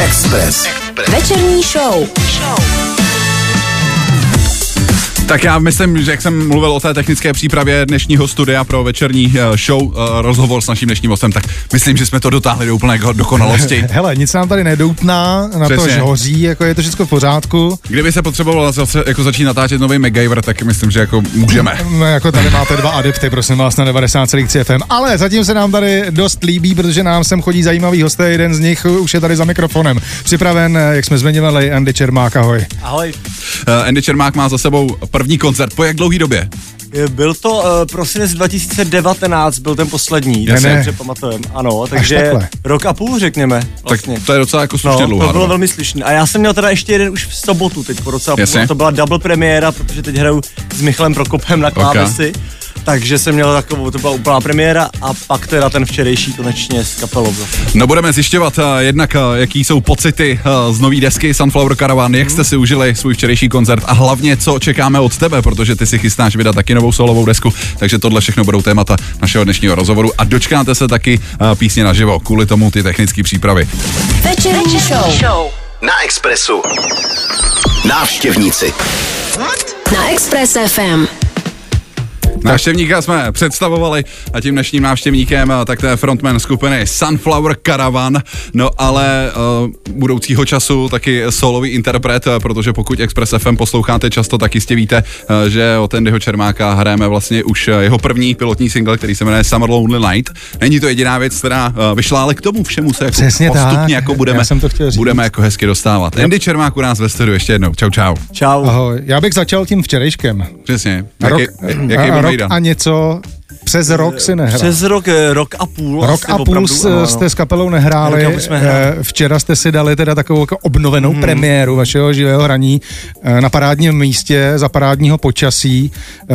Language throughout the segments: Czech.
Express. Večerní show. Tak já myslím, že jak jsem mluvil o té technické přípravě dnešního studia pro večerní show, rozhovor s naším dnešním hostem, tak myslím, že jsme to dotáhli do úplné dokonalosti. Hele, nic nám tady nedoutná, na Přesně. to, že hoří, jako je to všechno v pořádku. Kdyby se potřeboval zase jako začít natáčet nový MacGyver, tak myslím, že jako můžeme. No, jako tady máte 2 adepty, prosím vás, na 90,3 FM, ale zatím se nám tady dost líbí, protože nám sem chodí zajímavý hosté, jeden z nich už je tady za mikrofonem. Připraven, jak jsme zmiňovali, Andy Čermák, ahoj. Ahoj. Andy Čermák má za sebou první koncert. Po jak dlouhý době? Byl to prosinec 2019, byl ten poslední, tak si dobře pamatujem. Ano, takže rok a půl, řekněme. Vlastně. Tak to je docela jako slušně dlouhá. To bylo velmi slušný. A já jsem měl teda ještě jeden už v sobotu, teď po roce a půl. To byla double premiéra, protože teď hraju s Michalem Prokopem na klávesi. Okay. Takže jsem měl takovou, to byla úplná premiéra a pak teda ten včerejší konečně s kapelou. No budeme zjišťovat jednak, jaký jsou pocity z nový desky Sunflower Caravan, jak jste si užili svůj včerejší koncert a hlavně, co čekáme od tebe, protože ty si chystáš vydat taky novou solovou desku, takže tohle všechno budou témata našeho dnešního rozhovoru a dočkáte se taky písně naživo, kvůli tomu ty technické přípravy. Večerní show. Na Expressu. Návštěvníci. Na Express FM. Návštěvníka jsme představovali a tím dnešním návštěvníkem tak to je frontman skupiny Sunflower Caravan, no ale budoucího času taky solový interpret, protože pokud Express FM posloucháte často, tak jistě víte, že od Andyho Čermáka hrajeme vlastně už jeho první pilotní single, který se jmenuje Summer Lonely Night. Není to jediná věc, která vyšla, ale k tomu všemu se jako postupně jako budeme jako hezky dostávat. Andy Čermák u nás ve studiu, ještě jednou. Čau. Čau. Ahoj. Já bych začal tím včerejškem. Přesně. Rok a něco, přes rok si nehrál. Přes rok a půl. Rok a půl jste s kapelou nehráli. Včera jste si dali teda takovou jako obnovenou premiéru vašeho živého hraní na parádním místě za parádního počasí.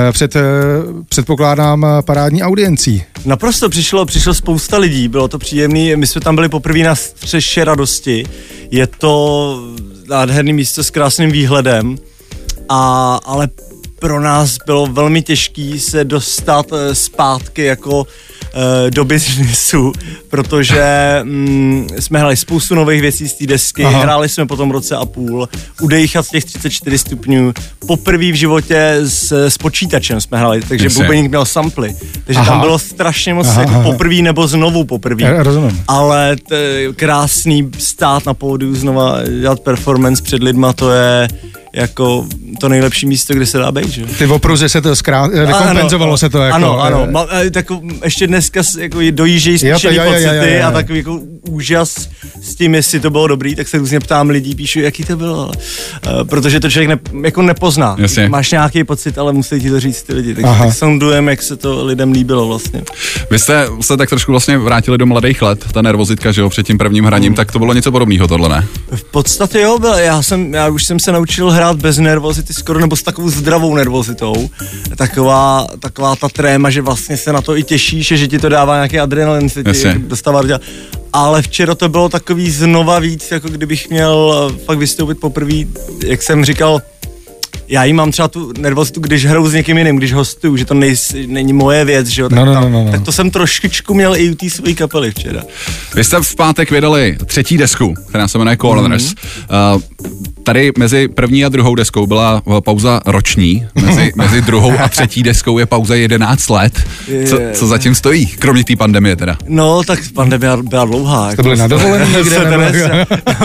Předpokládám parádní audiencí. Naprosto přišlo spousta lidí, bylo to příjemný. My jsme tam byli poprvé na Střeše radosti. Je to nádherný místo s krásným výhledem, ale pro nás bylo velmi těžký se dostat zpátky jako do biznesu, protože jsme hráli spoustu nových věcí z té desky, hráli jsme po tom roce a půl, udejchat těch 34 stupňů, poprvé v životě s počítačem jsme hráli, takže bubeník měl samply, takže tam bylo strašně moc jako poprvé nebo znovu poprvé, ale krásný stát na pódiu znova dělat performance před lidma, to je jako to nejlepší místo, kde se dá být, že? Ty v opruze se to vykompenzovalo se to jako... Ano, tak ještě dneska jako dojížejí zkušený pocity a takový jako úžas s tím, jestli to bylo dobrý, tak se různě ptám lidí, píšu, jaký to bylo, protože to člověk jako nepozná. Jasně. Máš nějaký pocit, ale musí ti to říct ty lidi, takže tak sondujeme, jak se to lidem líbilo vlastně. Vy jste se tak trošku vlastně vrátili do mladých let, ta nervozitka, že jo, před tím prvním hraním, tak to bylo něco podobného tohle, ne? V podstatě jo, já už jsem se naučil hrát bez nervozity skoro, nebo s takovou zdravou nervozitou. Taková ta tréma, že vlastně se na to i těšíš, že ti to dává nějaký adrenalin, se ti dostává. Ale včera to bylo takový znova víc, jako kdybych měl fakt vystoupit poprvé, jak jsem říkal, já jí mám třeba tu nervozitu, když hraju s někým jiným, když hostuju, že to není moje věc, že jo, tak to jsem trošičku měl i u té své kapely včera. Vy jste v pátek vydali 3. desku, která se jmenuje Corners. Tady mezi první a druhou deskou byla pauza roční, mezi druhou a 3. deskou je pauza 11 let. Co zatím stojí, kromě té pandemie teda? No, tak pandemie byla dlouhá. To byly na dovolené někde?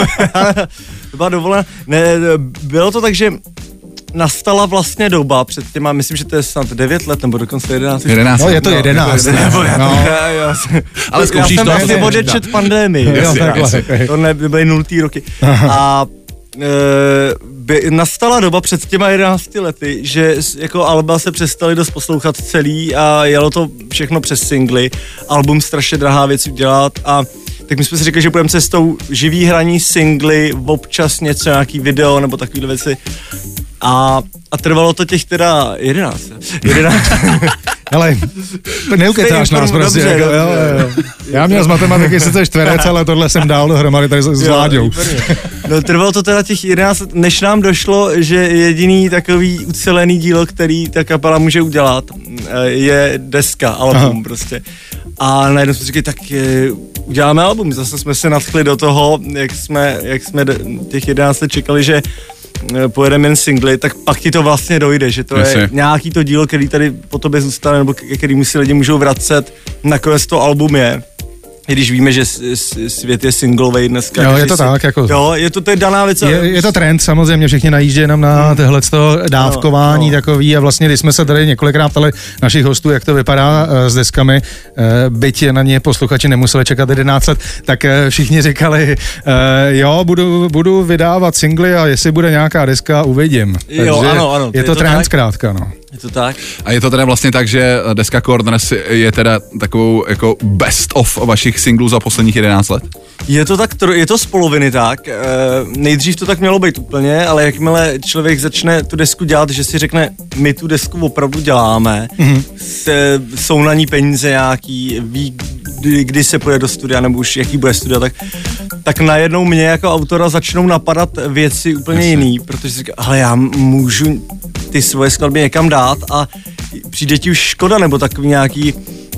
To byla dovolená. Ne, bylo to tak, že nastala vlastně doba před těma, myslím, že to je snad 9 let, nebo dokonce 11. No, je to 11. Ale zkoušíš to. Já jsem asi odečet pandemii. To nebyly 0. roky. A nastala doba před těma 11 lety, že jako alba se přestali dost poslouchat celý a jelo to všechno přes singly. Album strašně drahá věc udělat a tak my jsme si řekli, že půjdeme cestou živý hraní singly, občas něco, nějaký video nebo takovýhle věci. A trvalo to těch teda 11 Ale neukecáš nás prostě. Dobře, jako, jo. Já měl z matematiky sice čtverec, ale tohle jsem dál dohromady tady s Láďou. No trvalo to teda těch 11 let, než nám došlo, že jediný takový ucelený dílo, který ta kapela může udělat, je deska, album prostě. A najednou jsme říkali, tak uděláme album. Zase jsme se nadchli do toho, jak jsme těch 11 let čekali, že pojedeme jen singly, tak pak ti to vlastně dojde, že to je nějaký to dílo, který tady po tobě zůstane, nebo kterýmu si lidi můžou vracet. Nakonec to album je. I když víme, že svět je singlovej dneska. Jo, je to tak, jako... Jo, je to daná věc. Je to trend, samozřejmě, všichni najíždí jenom na tohleto dávkování takový a vlastně, když jsme se tady několikrát ptali našich hostů, jak to vypadá s deskami, byť na ně posluchači nemuseli čekat 11 let, tak všichni říkali, jo, budu vydávat singly a jestli bude nějaká deska, uvidím. Jo, takže ano, je to trend zkrátka, no. Je to tak? A je to teda vlastně tak, že deska Corners je teda takovou jako best of vašich singlů za posledních 11 let? Je to tak, je to z poloviny tak. Nejdřív to tak mělo být úplně, ale jakmile člověk začne tu desku dělat, že si řekne, my tu desku opravdu děláme, jsou na ní peníze nějaký, ví, kdy se půjde do studia, nebo už jaký bude studia, tak najednou mě jako autora začnou napadat věci úplně jiný, protože si říká, ale já můžu ty svoje skladby někam dát a přijde ti už škoda, nebo takový nějaký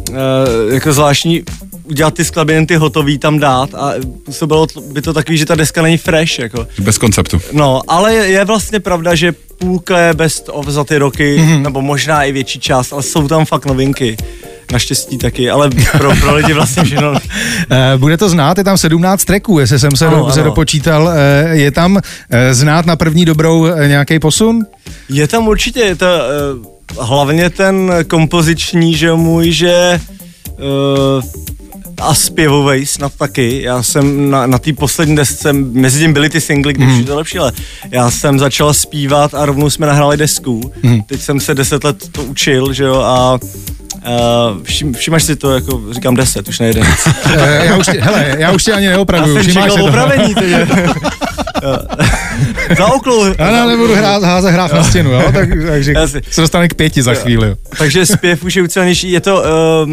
jako zvláštní udělat ty skladby, jen ty hotový tam dát a působilo by to takový, že ta deska není fresh, jako. Bez konceptu. No, ale je vlastně pravda, že půlka je best of za ty roky, nebo možná i větší část, ale jsou tam fakt novinky. Naštěstí taky, ale pro lidi vlastně všechno. Bude to znát, je tam 17 tracků, jestli jsem se dopočítal. Je tam znát na první dobrou nějaký posun? Je tam určitě, je to hlavně ten kompoziční, že můj, že a zpěvovej snad taky. Já jsem na té poslední desce, mezi tím byly ty singly, když už to lepší, ale já jsem začal zpívat a rovnou jsme nahráli desku. Teď jsem se 10 let to učil, že jo, a všimáš si to, jako říkám 10, už nejde nic. Já už tě ani neopravuju. Já jsem čekal opravení teď. Za oklou. Já nebudu házet hrát na stěnu, jo? Takže se dostane k 5 za chvíli. Takže zpěv už je ucelenější. Je to,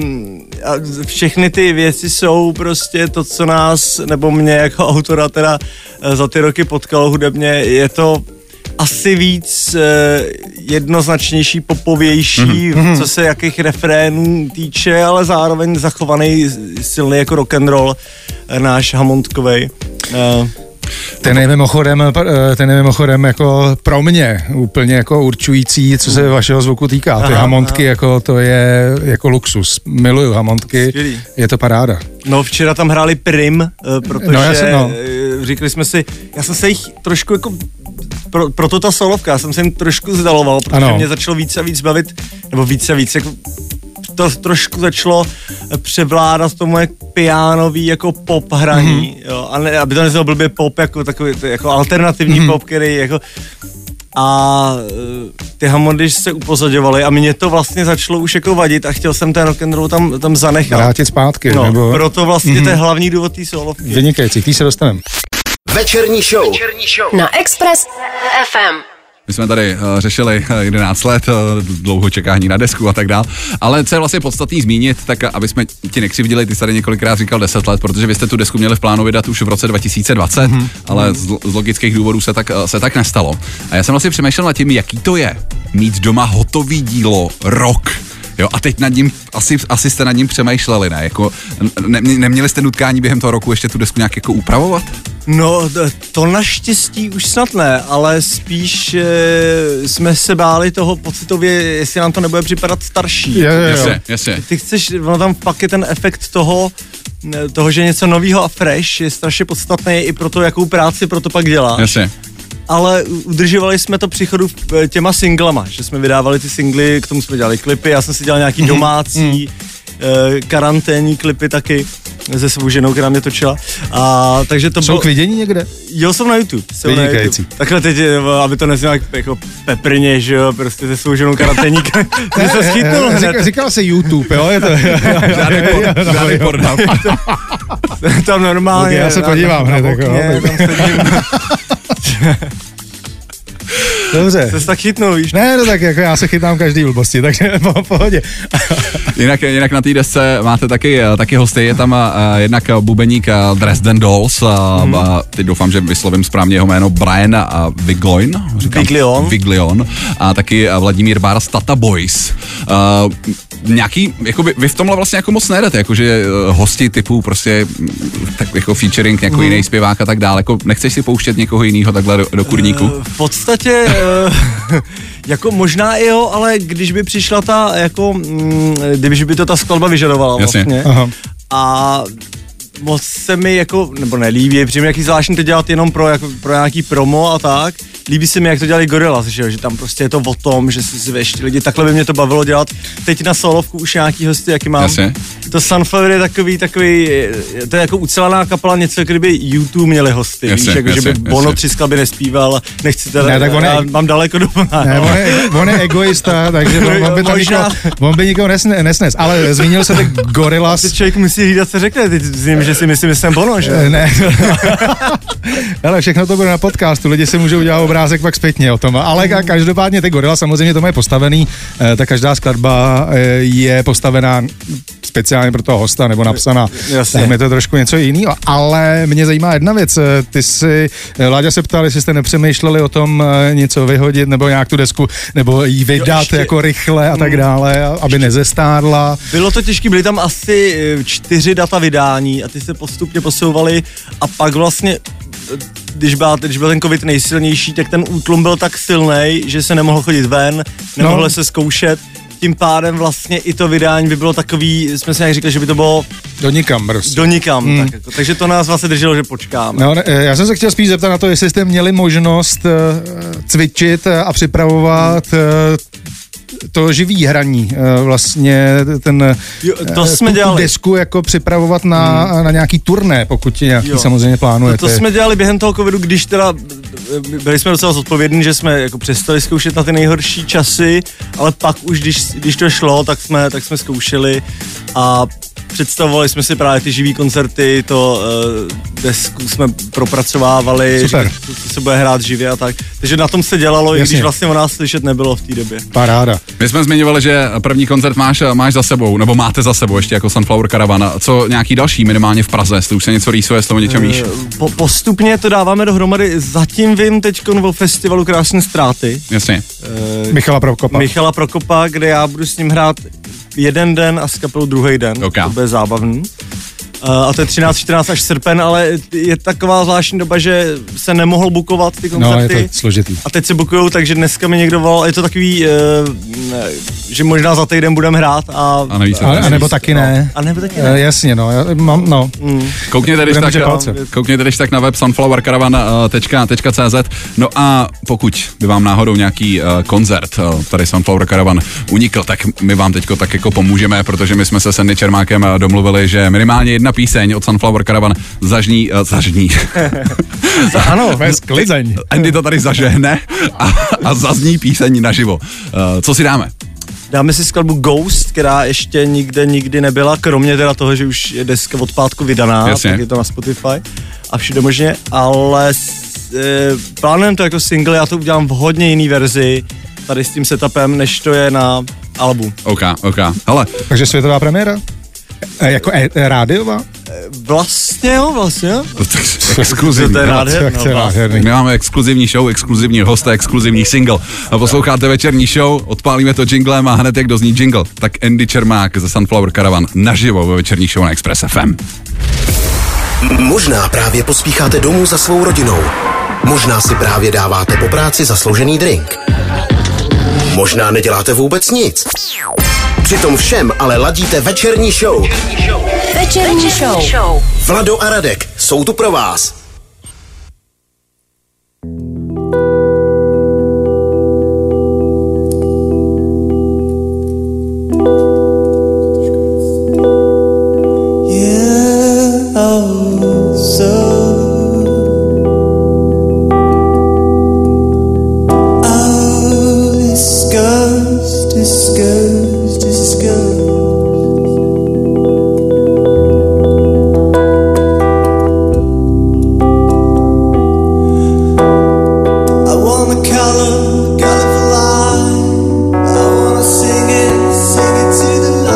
všechny ty věci jsou prostě to, co nás, nebo mě jako autora teda za ty roky potkalo hudebně. Je to asi víc jednoznačnější, popovější, co se jakých refrénů týče, ale zároveň zachovaný silný jako rock'n'roll náš Hammondkovej. Ten je mimochodem jako pro mě úplně jako určující, co se vašeho zvuku týká. Ty Hammondky, jako to je jako luxus. Miluju Hammondky, je to paráda. No včera tam hráli Prim, protože říkali jsme si, já jsem se jich trošku jako proto ta solovka, já jsem se jim trošku zdaloval, protože mě začalo víc a víc bavit, nebo víc a víc, jako to trošku začalo převládat tomu jak pianový jako pop hraní, jo, a ne, aby to nezbylo blbě pop, jako takový jako alternativní pop, který jako a ty Hammondy se upozaďovaly a mě to vlastně začalo už jako vadit a chtěl jsem ten rock'n'roll tam zanechat. Vrátit zpátky, no, nebo... proto vlastně to je hlavní důvod té solovky. Vynikající, k tý se dostaneme. Večerní show na Express FM. My jsme tady řešili 11 let, dlouho čekání na desku a tak dál, ale co je vlastně podstatný zmínit, tak aby jsme ti nekřivdili, ty jsi tady několikrát říkal 10 let, protože vy jste tu desku měli v plánu vydat už v roce 2020, ale z logických důvodů se tak nestalo. A já jsem vlastně přemýšlel nad tím, jaký to je mít doma hotový dílo rok. Jo, a teď nad ním, asi jste nad ním přemýšleli, ne? Jako, neměli jste nutkání během toho roku ještě tu desku nějak jako upravovat? No, to naštěstí už snad ne, ale spíš jsme se báli toho pocitově, jestli nám to nebude připadat starší. Jasně. Ty chceš, ono tam pak je ten efekt toho, že něco novýho a fresh je strašně podstatný i pro to, jakou práci pro to pak děláš. Jasně. Ale udržovali jsme to příchodu těma singlama, že jsme vydávali ty singly, k tomu jsme dělali klipy, já jsem si dělal nějaký domácí karanténní klipy taky se svou ženou, která mě točila. A takže to jsou k vidění někde? Jo, jsou na YouTube. Vynikající. Takhle teď, aby to neznělo jako Peprně, že jo, prostě se svou ženou karanténní. Ty se schytnul hned. Říkal se YouTube, jo? Je to... Žádný porno. Tam normálně. Já se podívám hned. Dobře. Jsi tak chytnul, víš? Ne, no tak jako já se chytám každý blbosti, takže po pohodě. Jinak na té desce máte taky hosty, je tam jednak bubeník Dresden Dolls, teď doufám, že vyslovím správně jeho jméno, Brian Viglion, a taky Vladimír Bára z Tata Boys. Nějaký, jakoby, vy v tomhle vlastně jako moc nejdete, jakože hosti typu prostě tak jako featuring nějaký jiný zpěvák a tak dále, jako nechceš si pouštět někoho jiného takhle do kurníku? V podstatě jako možná i jo, ale když by přišla když by to ta skladba vyžadovala vlastně. Aha. A moc se mi jako, nebo nelíbí, přijím jaký zvláštní to dělat jenom pro nějaký promo a tak. Líbí se mi, jak to dělali Gorillaz, že tam prostě je to o tom, že si zveš lidi, takhle by mě to bavilo dělat. Teď na solovku už nějaký hosty, jaký mám. Jasně. To Sunflower je takový, to je jako ucelená kapela, něco jako kdyby YouTube měli hosty, jasně, víš, jako že by Bono 3 skladby nespíval, nechci teda, ne, mám daleko do Bona. Ne, on je egoista, takže on by nikoho nesnes, ale zmínil se tak Gorillaz. Teď člověk musí hlídat, co řekne, teď zním, že si myslím, že jsem Bono, že? Ne. Ale všechno to bude na podcastu, lidi si můžou udělat obrázek pak zpětně o tom, ale každopádně ty Gorillaz samozřejmě to mají postavený, ta každá skladba je postavená speciálně pro toho hosta nebo napsaná. Tam je to trošku něco jiného, ale mě zajímá jedna věc, ty si, Láďa se ptal, jestli jste nepřemýšleli o tom něco vyhodit nebo nějak tu desku, nebo jí vydat jako rychle a tak dále, aby nezestárla. Bylo to těžké, byly tam asi 4 data vydání a ty se postupně posouvaly a pak vlastně když byl ten covid nejsilnější, tak ten útlum byl tak silnej, že se nemohlo chodit ven, nemohlo se zkoušet. Tím pádem vlastně i to vydání by bylo takový, jsme si nějak říkali, že by to bylo do nikam prostě. Takže to nás vlastně drželo, že počkáme. No, já jsem se chtěl spíš zeptat na to, jestli jste měli možnost cvičit a připravovat to živý hraní, vlastně tu desku jako připravovat na nějaký turné, pokud nějaký samozřejmě plánujete. To jsme dělali během toho covidu, když teda byli jsme docela zodpovědní, že jsme jako přestali zkoušet na ty nejhorší časy, ale pak už když to šlo, tak jsme zkoušeli a představovali jsme si právě ty živý koncerty, to desku jsme propracovávali, že se bude hrát živě a tak. Takže na tom se dělalo, i když vlastně o nás slyšet nebylo v té době. Paráda. My jsme zmiňovali, že první koncert máš za sebou, nebo máte za sebou ještě jako Sunflower Caravan. Co nějaký další, minimálně v Praze? Jestli už se něco rýsuje, jestli o něčem víš? Postupně to dáváme dohromady. Zatím vím teďkon o festivalu Krásné ztráty. Jasně. Michala Prokopa, kde já budu s ním hrát jeden den a s kapelou druhý den. Okay. To bude zábavný. A to je 13, 14 až srpen, ale je taková zvláštní doba, že se nemohl bukovat ty koncerty. No, je to složitý. A teď se bukujou, takže dneska mi někdo volal, je to takový, že možná za týden budem hrát a nebo taky ne. A nebo taky ne. Jasně, no. Koukněte když tak na web sunflowercaravan.cz. No a pokud by vám náhodou nějaký koncert tady Sunflower Caravan unikl, tak my vám teďko tak jako pomůžeme, protože my jsme se s Andy Čermákem domluvili, že minimálně jedna píseň od Sunflower Caravan zažní. Ano, bez klizeň. Andy to tady zažehne a zazní píseň naživo. Co si dáme? Dáme si skladbu Ghost, která ještě nikdy nebyla, kromě teda toho, že už je deska od pátku vydaná, jasně. Tak je to na Spotify a všude možně, ale plánujeme to jako single, já to udělám v hodně jiný verzi, tady s tím setupem, než to je na albu. OK. Hele. Takže světová premiéra? Jako rádiová? Vlastně jo. Exkluzivní. My máme exkluzivní show, exkluzivní hosta, exkluzivní single. A posloucháte večerní show, odpálíme to jinglem a hned jak dozní jingle, tak Andy Čermák ze Sunflower Caravan naživo ve večerní show na Express FM. Možná právě pospícháte domů za svou rodinou. Možná si právě dáváte po práci zasloužený drink. Možná neděláte vůbec nic. Přitom všem ale ladíte večerní show. Večerní show. Vlado a Radek jsou tu pro vás. Color for life. I wanna sing it to the light.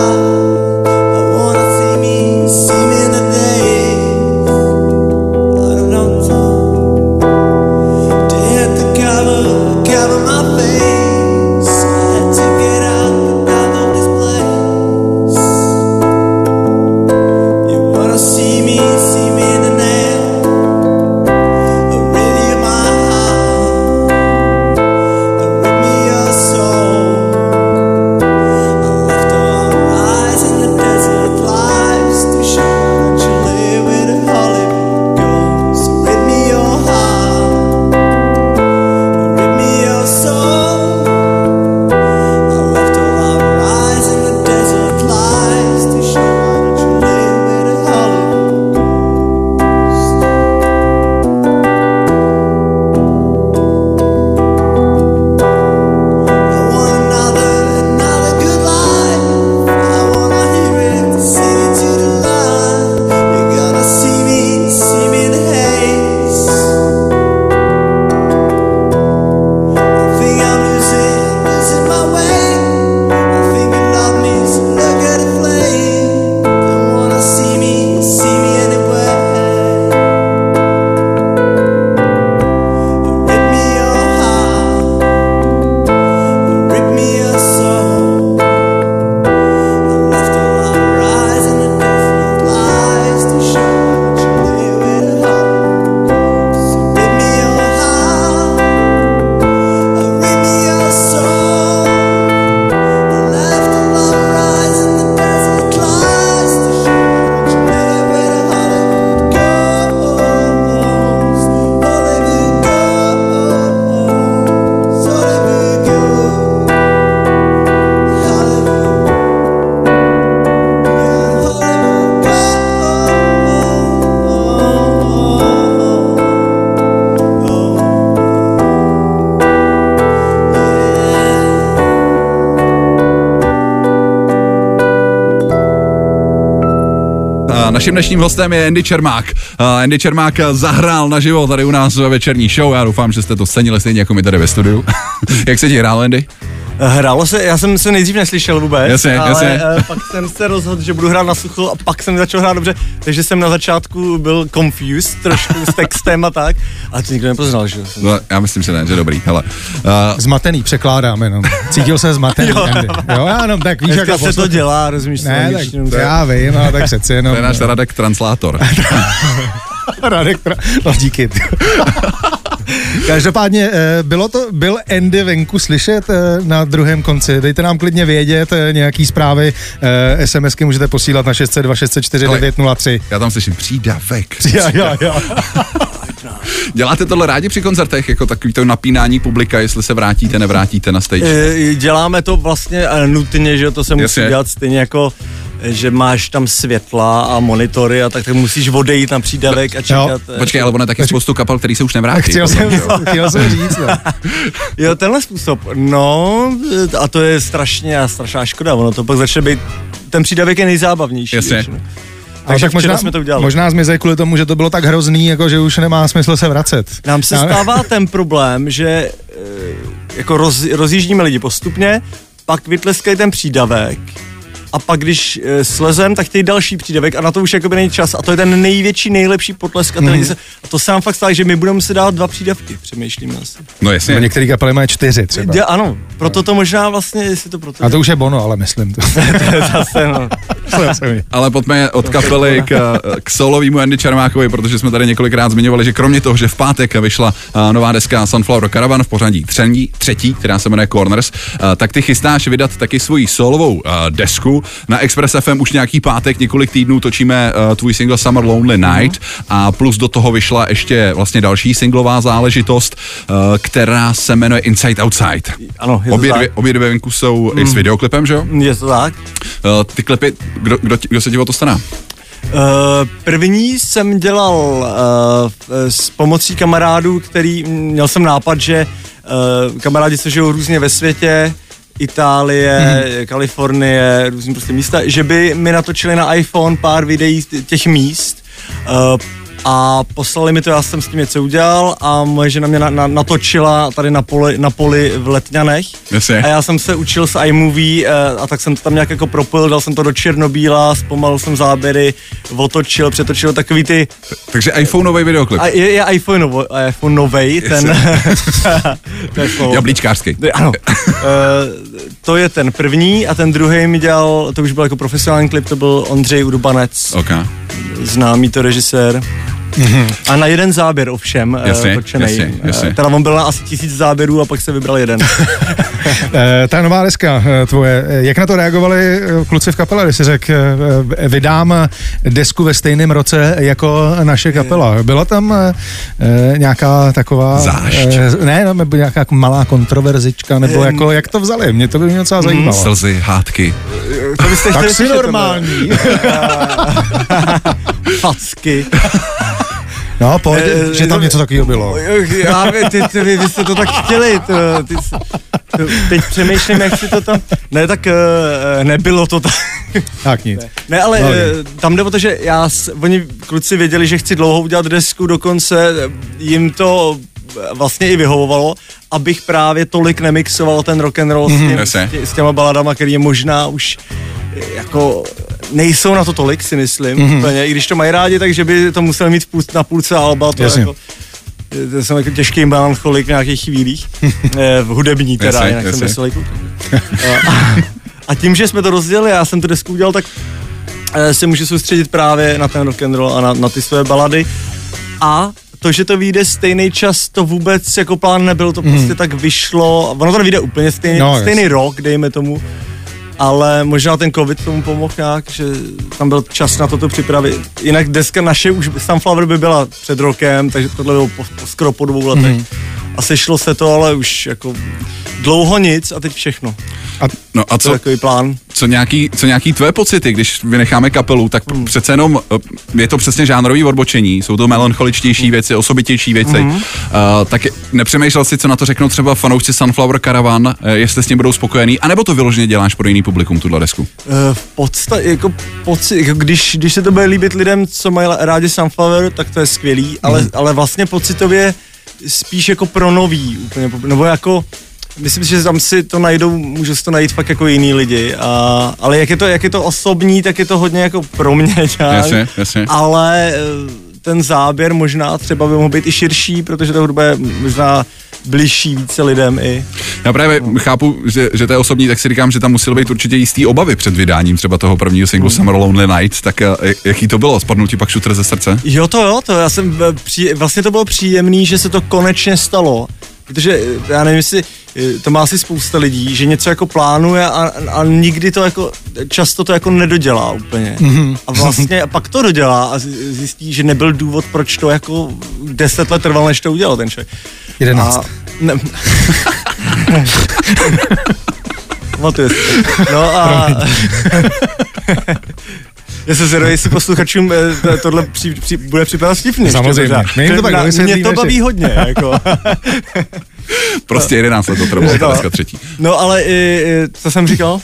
Naším dnešním hostem je Andy Čermák. Andy Čermák zahrál naživo tady u nás ve večerní show. Já doufám, že jste to cenili stejně jako my tady ve studiu. Jak se ti hrálo, Andy? Hrálo se, já jsem se nejdřív neslyšel vůbec, jasně. Pak jsem se rozhodl, že budu hrát na sucho a pak jsem začal hrát dobře, takže jsem na začátku byl confused trošku s textem a tak, ale to nikdo nepoznal, že? No, já myslím, že ne, že dobrý, hele. Zmatený, překládám jenom. Cítil se zmatený, Andy. Jo, já jenom tak víš, jak se to dělá, rozumíš? Ne, tak já vím, no, tak přeci jenom. To je náš Radek translátor. Radek, no díky. Každopádně byl Andy venku slyšet na druhém konci. Dejte nám klidně vědět nějaký zprávy, SMSky můžete posílat na 602 604 903. Já tam slyším přídavek. Jo. Děláte tohle rádi při koncertech, jako takový to napínání publika, jestli se vrátíte, nevrátíte na stage? Děláme to vlastně nutně, že to se musí dělat stejně jako že máš tam světla a monitory a tak musíš odejít na přídavek a čekat. Počkej, ale ono je taky spoustu kapel, který se už nevrátí. Chtěl jsem říct, no. Jo, tenhle způsob, no a to je strašná škoda, ono to pak začne být, ten přídavek je nejzábavnější. Jasně. Takže tak možná zmizej kvůli tomu, že to bylo tak hrozný, jako že už nemá smysl se vracet. Nám se stává ten problém, že jako rozjíždíme lidi postupně, pak vytleskají ten přídavek a pak když slezem, tak ty další přídavek a na to už jakoby není čas a to je ten nejlepší potlesk a to se nám fakt stává, že my budeme si dát 2 přídavky, přemýšlím asi. No jasně. No, některé kapely mají 4 třeba. Ano, proto to možná vlastně, jestli to proto. A to už je Bono, ale myslím to. To je zase, no. Ale pojďme od kapely k solovému Andy Čermákovi, protože jsme tady několikrát zmiňovali, že kromě toho, že v pátek vyšla nová deska Sunflower Caravan v pořadí třetí, která se jmenuje Corners, tak ty chystáš vydat taky svoji solovou desku. Na Express FM už nějaký pátek, několik týdnů točíme tvůj single Summer Lonely Night a plus do toho vyšla ještě vlastně další singlová záležitost, která se jmenuje Inside Outside. Ano, obě dvě venku jsou i s videoklipem, že jo? Je to tak. Ty klipy, kdo se ti o to stará? První jsem dělal s pomocí kamarádů, měl jsem nápad, že kamarádi se žijou různě ve světě, Itálie, Kalifornie, různý prostě místa, že by mi natočili na iPhone pár videí těch míst a poslali mi to, já jsem s tím něco udělal a moje žena mě natočila tady na poli v Letňanech. Jasně. A já jsem se učil s iMovie a tak jsem to tam nějak jako propojil, dal jsem to do černobíla, zpomalil jsem záběry, otočil, přetočil takový ty... Takže iPhoneový videoklip. Je iPhoneovej, ten... Jablíčkářský. Ano. To je ten první a ten druhý mi dělal, to už byl jako profesionální klip, to byl Ondřej Urbanec. Okay. Známý to režisér. A na jeden záběr ovšem točenej. Jasně. Teda on byl na asi 1000 záběrů a pak se vybral jeden. Ta nová deska tvoje, jak na to reagovali kluci v kapele, když jsi řekl, vydám desku ve stejném roce jako naše kapela. Byla tam nějaká taková... Zášť. Nebo nějaká malá kontroverzička, nebo jako, jak to vzali? Mě to by mě docela zajímalo. Slzy, hádky. Tak si normální. Facky. No, pojď, že tam něco takového bylo. Vy jste to tak chtěli. Teď přemýšlím, jak si to tam... Ne, tak nebylo to tak. Tak nic. Ne, ale tam jde o to, že oni kluci věděli, že chci dlouho udělat desku, dokonce jim to vlastně i vyhovovalo, abych právě tolik nemixoval ten rock'n'roll s těma baladama, který je možná už jako nejsou na to tolik, si myslím, úplně. I když to mají rádi, takže by to museli mít na půlce alba, to jako, to jsem jako těžký melancholik v nějakých chvílích, v hudební teda, jinak jsem veselý kluk. A tím, že jsme to rozdělili, já jsem tu desku udělal, tak se můžu soustředit právě na ten rock'n'roll a na ty své balady. A to, že to vyjde stejný čas, to vůbec jako plán nebyl, to prostě tak vyšlo. Ono to nevyjde úplně stejný rok, dejme tomu. Ale možná ten covid tomu pomohl nějak, že tam byl čas na toto připravit. Jinak deska naše, už Sunflower by byla před rokem, takže tohle bylo skoro po 2 letech. A sešlo se to, ale už jako dlouho nic a teď všechno. A co, takový plán. Co nějaký tvé pocity, když vynecháme kapelu, tak přece jenom je to přesně žánrový odbočení, jsou to melancholičtější věci, osobitější věci. Tak nepřemýšlel si, co na to řeknou třeba fanoušci Sunflower Caravan, jestli s tím budou spokojení, anebo to vyloženě děláš pro jiný publikum, tuhle desku? V podstatě, jako když se to bude líbit lidem, co mají rádi Sunflower, tak to je skvělý, ale vlastně pocitově spíš jako pro nový úplně, nebo jako myslím si, že tam si to najdou, můžu si to najít fakt jako jiný lidi, ale jak je to osobní, tak je to hodně jako pro mě nějak, jasně. Ale ten záběr možná třeba by mohl být i širší, protože ta hudba je možná bližší více lidem i. Já právě chápu, že to je osobní, tak si říkám, že tam musely být určitě jistý obavy před vydáním třeba toho prvního singlu Summer Lonely Night, tak jaký to bylo? Spadnul ti pak šutr ze srdce? Jo, já jsem, vlastně to bylo příjemný, že se to konečně stalo. Protože já nevím, jestli to má asi spousta lidí, že něco jako plánuje a nikdy to jako, často to jako nedodělá úplně. A vlastně pak to dodělá a zjistí, že nebyl důvod, proč to jako 10 let trvalo, než to udělal ten člověk. 11. No a... Já se zvědavím, jestli posluchačům tohle bude připadat vtipný. Samozřejmě. Mě to baví hodně. Jako. Prostě 11 let to trvalo, dneska třetí. No ale co jsem říkal?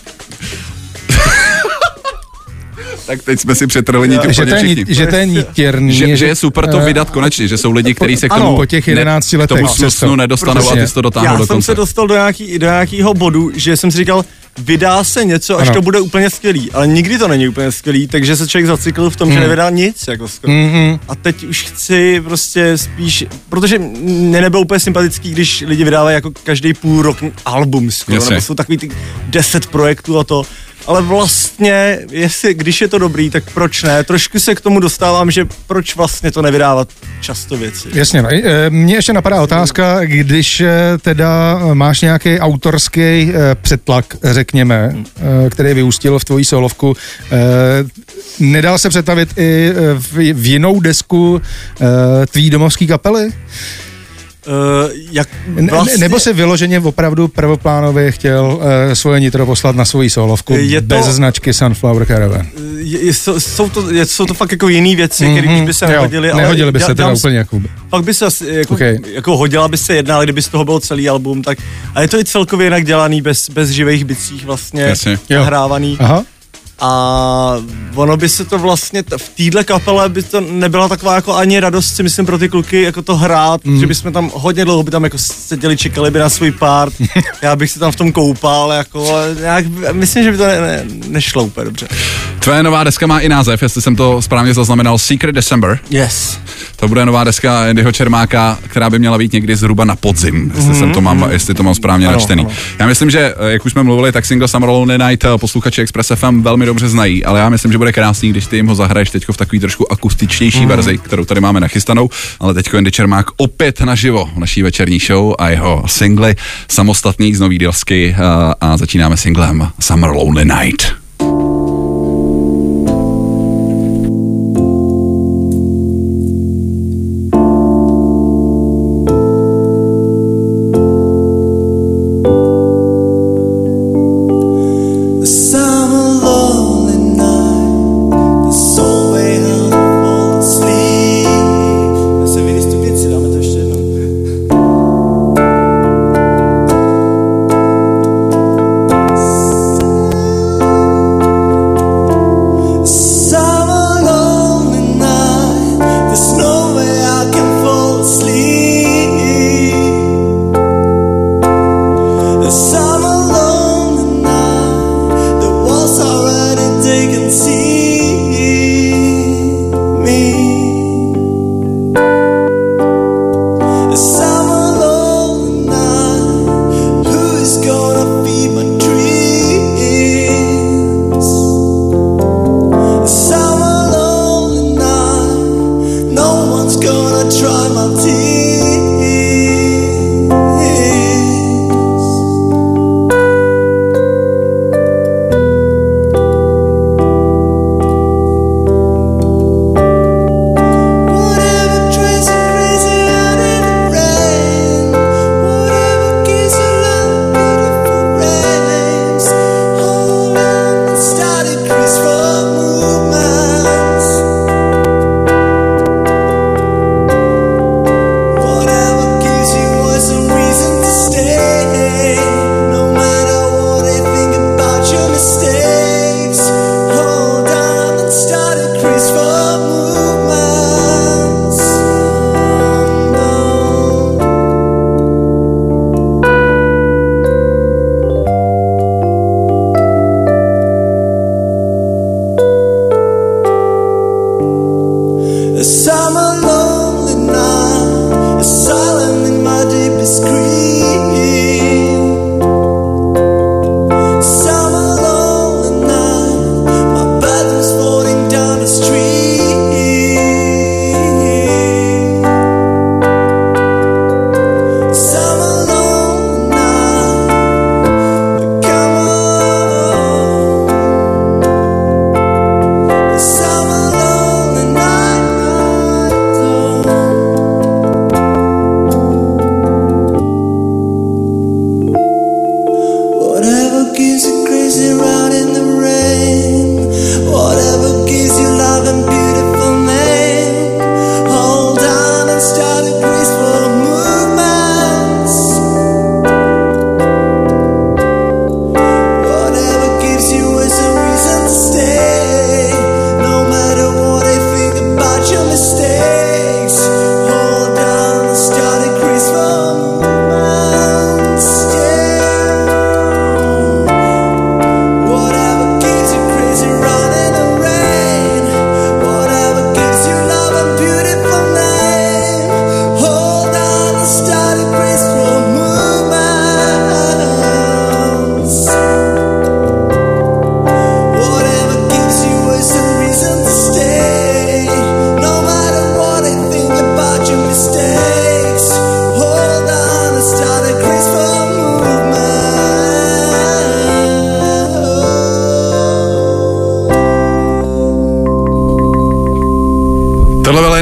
Tak teď jsme si přetrhli niti úplně všichni. Že to je nítěrný. Že je super to vydat konečně, že jsou lidi, kteří se k tomu, po těch 11 letech, k tomu snu nedostanou a ty jsi to dotáhnul do konce. Já jsem se dostal do nějakého bodu, že jsem si říkal, vydá se něco, až to bude úplně skvělý, ale nikdy to není úplně skvělý, takže se člověk zacykl v tom, že nevydá nic, jako skoro. A teď už chci prostě spíš, protože mě nebylo úplně sympatický, když lidi vydávají jako každý půl rok album skoro, nebo jsou takový ty 10 projektů a to. Ale vlastně, když je to dobrý, tak proč ne? Trošku se k tomu dostávám, že proč vlastně to nevydávat často věci. Jasně, no. Mně ještě napadá otázka, když teda máš nějaký autorský přetlak, řekněme, který vyústil v tvoji solovku, nedal se přetavit i v jinou desku tvý domovský kapely? Vlastně... Nebo se vyloženě opravdu prvoplánově chtěl svoje nitro poslat na svoji solovku bez značky Sunflower Caravan? Jsou to fakt jako jiný věci, které už by se nehodily. Nehodily by se teda úplně jako... Fakt by se jako hodila by se jedna, ale kdyby z toho byl celý album, tak... A je to i celkově jinak dělaný, bez živých bicích vlastně nahrávaný. Aha. A ono by se to vlastně, v téhle kapele by to nebyla taková jako ani radost, si myslím, pro ty kluky, jako to hrát, že bychom tam hodně dlouho by tam jako seděli, čekali by na svůj part, já bych se tam v tom koupal, jako nějak, myslím, že by to nešlo úplně dobře. Tvoje nová deska má i název, jestli jsem to správně zaznamenal, Secret December. Yes. To bude nová deska Andyho Čermáka, která by měla být někdy zhruba na podzim, jestli to mám správně načtený. Ano. Já myslím, že, jak už jsme mluvili, tak single Summer Lonely Night posluchači Express FM velmi dobře znají, ale já myslím, že bude krásný, když ty jim ho zahraješ teďko v takový trošku akustičtější verzi, kterou tady máme nachystanou, ale teďko Andy Čermák opět naživo v naší večerní show a jeho singly samostatný z nový desky a začínáme singlem Summer Lonely Night.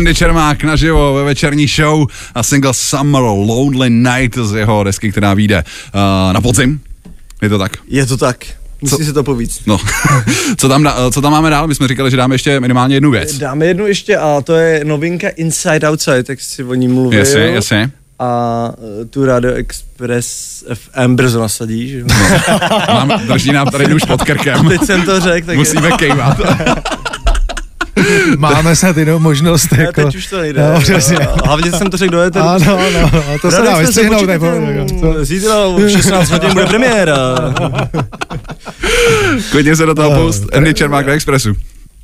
Andy Čermák naživo ve večerní show a single Summer Lonely Night z jeho desky, která vyjde na podzim. Je to tak? Je to tak. Musí si to povíct. No, co tam máme dál? My jsme říkali, že dáme ještě minimálně jednu věc. Dáme jednu ještě a to je novinka Inside Outside, tak si o ní mluvil. Jasně. A tu Radio Express FM brzo nasadí, že jo? No. Drží nám tady už pod krkem. Teď jsem to řekl, tak musíme kejvat. Máme snad jinou možnost. Jako... Teď už to nejde. No, přesně. Hlavně jsem to řekl do éteru. No, to se dá vystřihnout. Zítra v 16 hodin bude premiéra. Klidně se do toho poust. Andy Čermák na Expressu.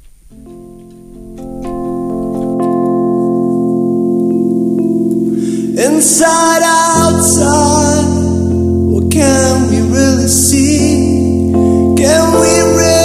Inside, outside, what can we really see? Can we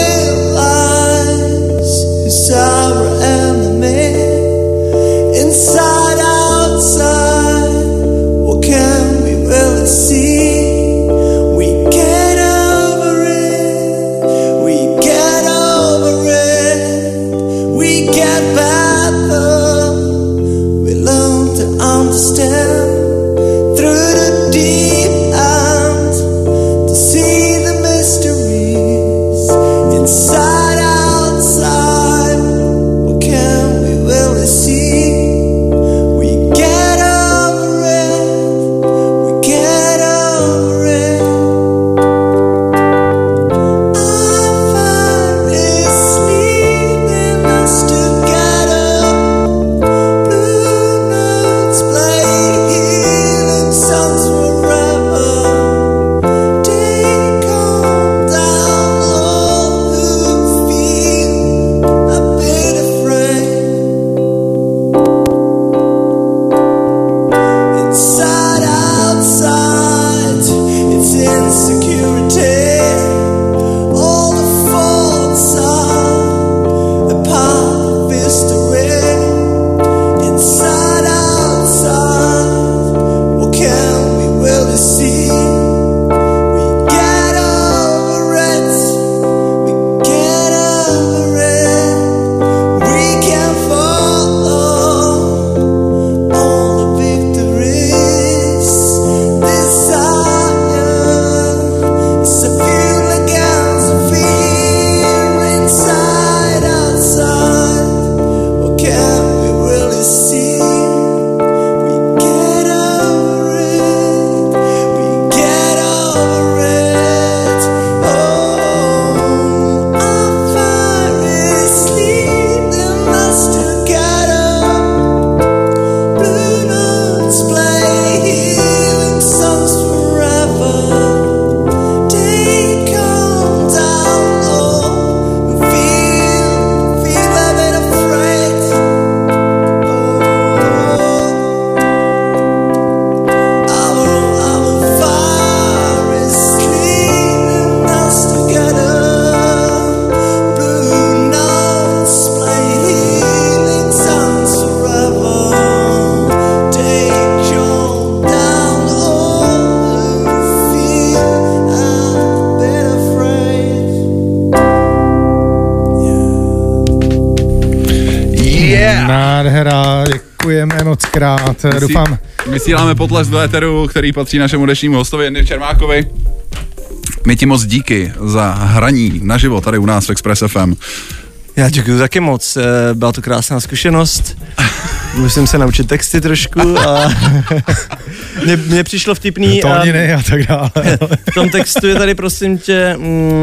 realize who's our enemy? Inside, outside, what can we really see? We get over it, we get over it, we get better, we learn to understand. Nádhera, děkujeme moc krát, doufám. Vysíláme potlesk do éteru, který patří našemu dnešnímu hostovi Andy Čermákovi. My ti moc díky za hraní naživo tady u nás v Express FM. Já děkuji taky moc, byla to krásná zkušenost. Musím se naučit texty trošku a mně přišlo vtipný. Tóniny a tak dále. V tom textu je tady, prosím tě,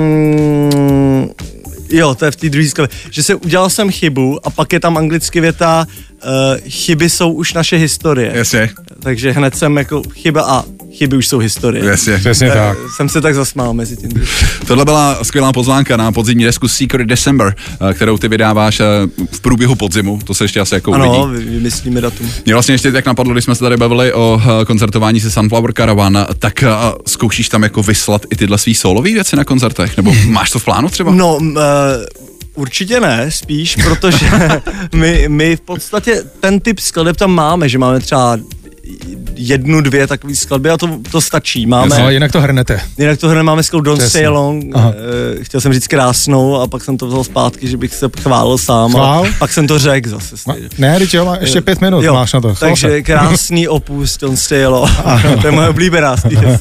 jo, to je v té druhé skladbě, že se udělal jsem chybu a pak je tam anglicky věta chyby jsou už naše historie. Jasně. Takže hned jsem jako chyba a chyby už jsou historie. Jasně. Přesně tak. Jsem se tak zasmál mezi tím. Tohle byla skvělá pozvánka na podzimní desku Secret December, kterou ty vydáváš v průběhu podzimu, to se ještě asi jako uvidí. Ano, vymyslíme datum. Mě vlastně ještě tak napadlo, když jsme se tady bavili o koncertování se Sunflower Caravan, tak zkoušíš tam jako vyslat i tyhle svý solový věci na koncertech, nebo máš to v plánu třeba? No, určitě ne, spíš, protože my v podstatě ten typ skladeb tam máme, že máme třeba 1, 2 takové skladby a to stačí. Máme, no, jinak to hrnete. Jinak to hrneme, máme skladbu Don't Stay Alone, chtěl jsem říct krásnou a pak jsem to vzal zpátky, že bych se chválil sám. A pak jsem to řekl zase. Ne, teď jo, ještě 5 minut máš na to. Takže krásný opus Don't Stay Alone. To je moje oblíbená.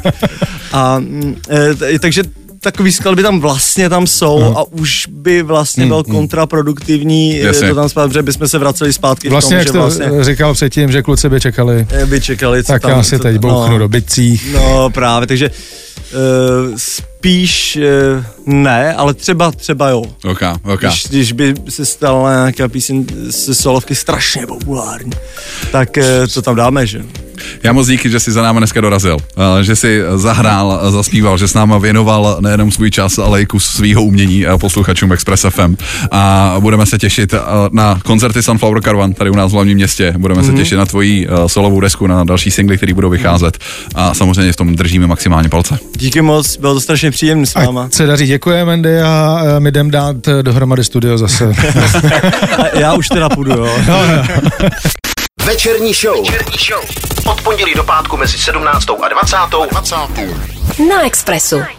Takže takový skladby tam vlastně tam jsou a už by vlastně byl kontraproduktivní to tam zpátky, protože bychom se vraceli zpátky vlastně, v tom, jak jste říkal předtím, že kluci by čekali. Tak tam, já si teď bouchnu do bicích. No právě, takže spíš ne, ale třeba jo. Okay. Když by se stala nějaká píseň se solovky strašně populární, tak to tam dáme, že? Já moc díky, že jsi za náma dneska dorazil, že jsi zahrál, zaspíval, že s náma věnoval nejenom svůj čas, ale i kus svýho umění posluchačům Express FM. A budeme se těšit na koncerty Sunflower Caravan tady u nás v hlavním městě. Budeme se těšit na tvoji solovou desku, na další singly, které budou vycházet. A samozřejmě v tom držíme maximálně palce. Díky moc, bylo to strašně příjemné s váma. Ať se daří, děkujeme, Andy, a my jdem dát dohromady studio zase. Já už teda půjdu, jo. Večerní show. Od pondělí do pátku mezi 17. a 20. Na Expressu.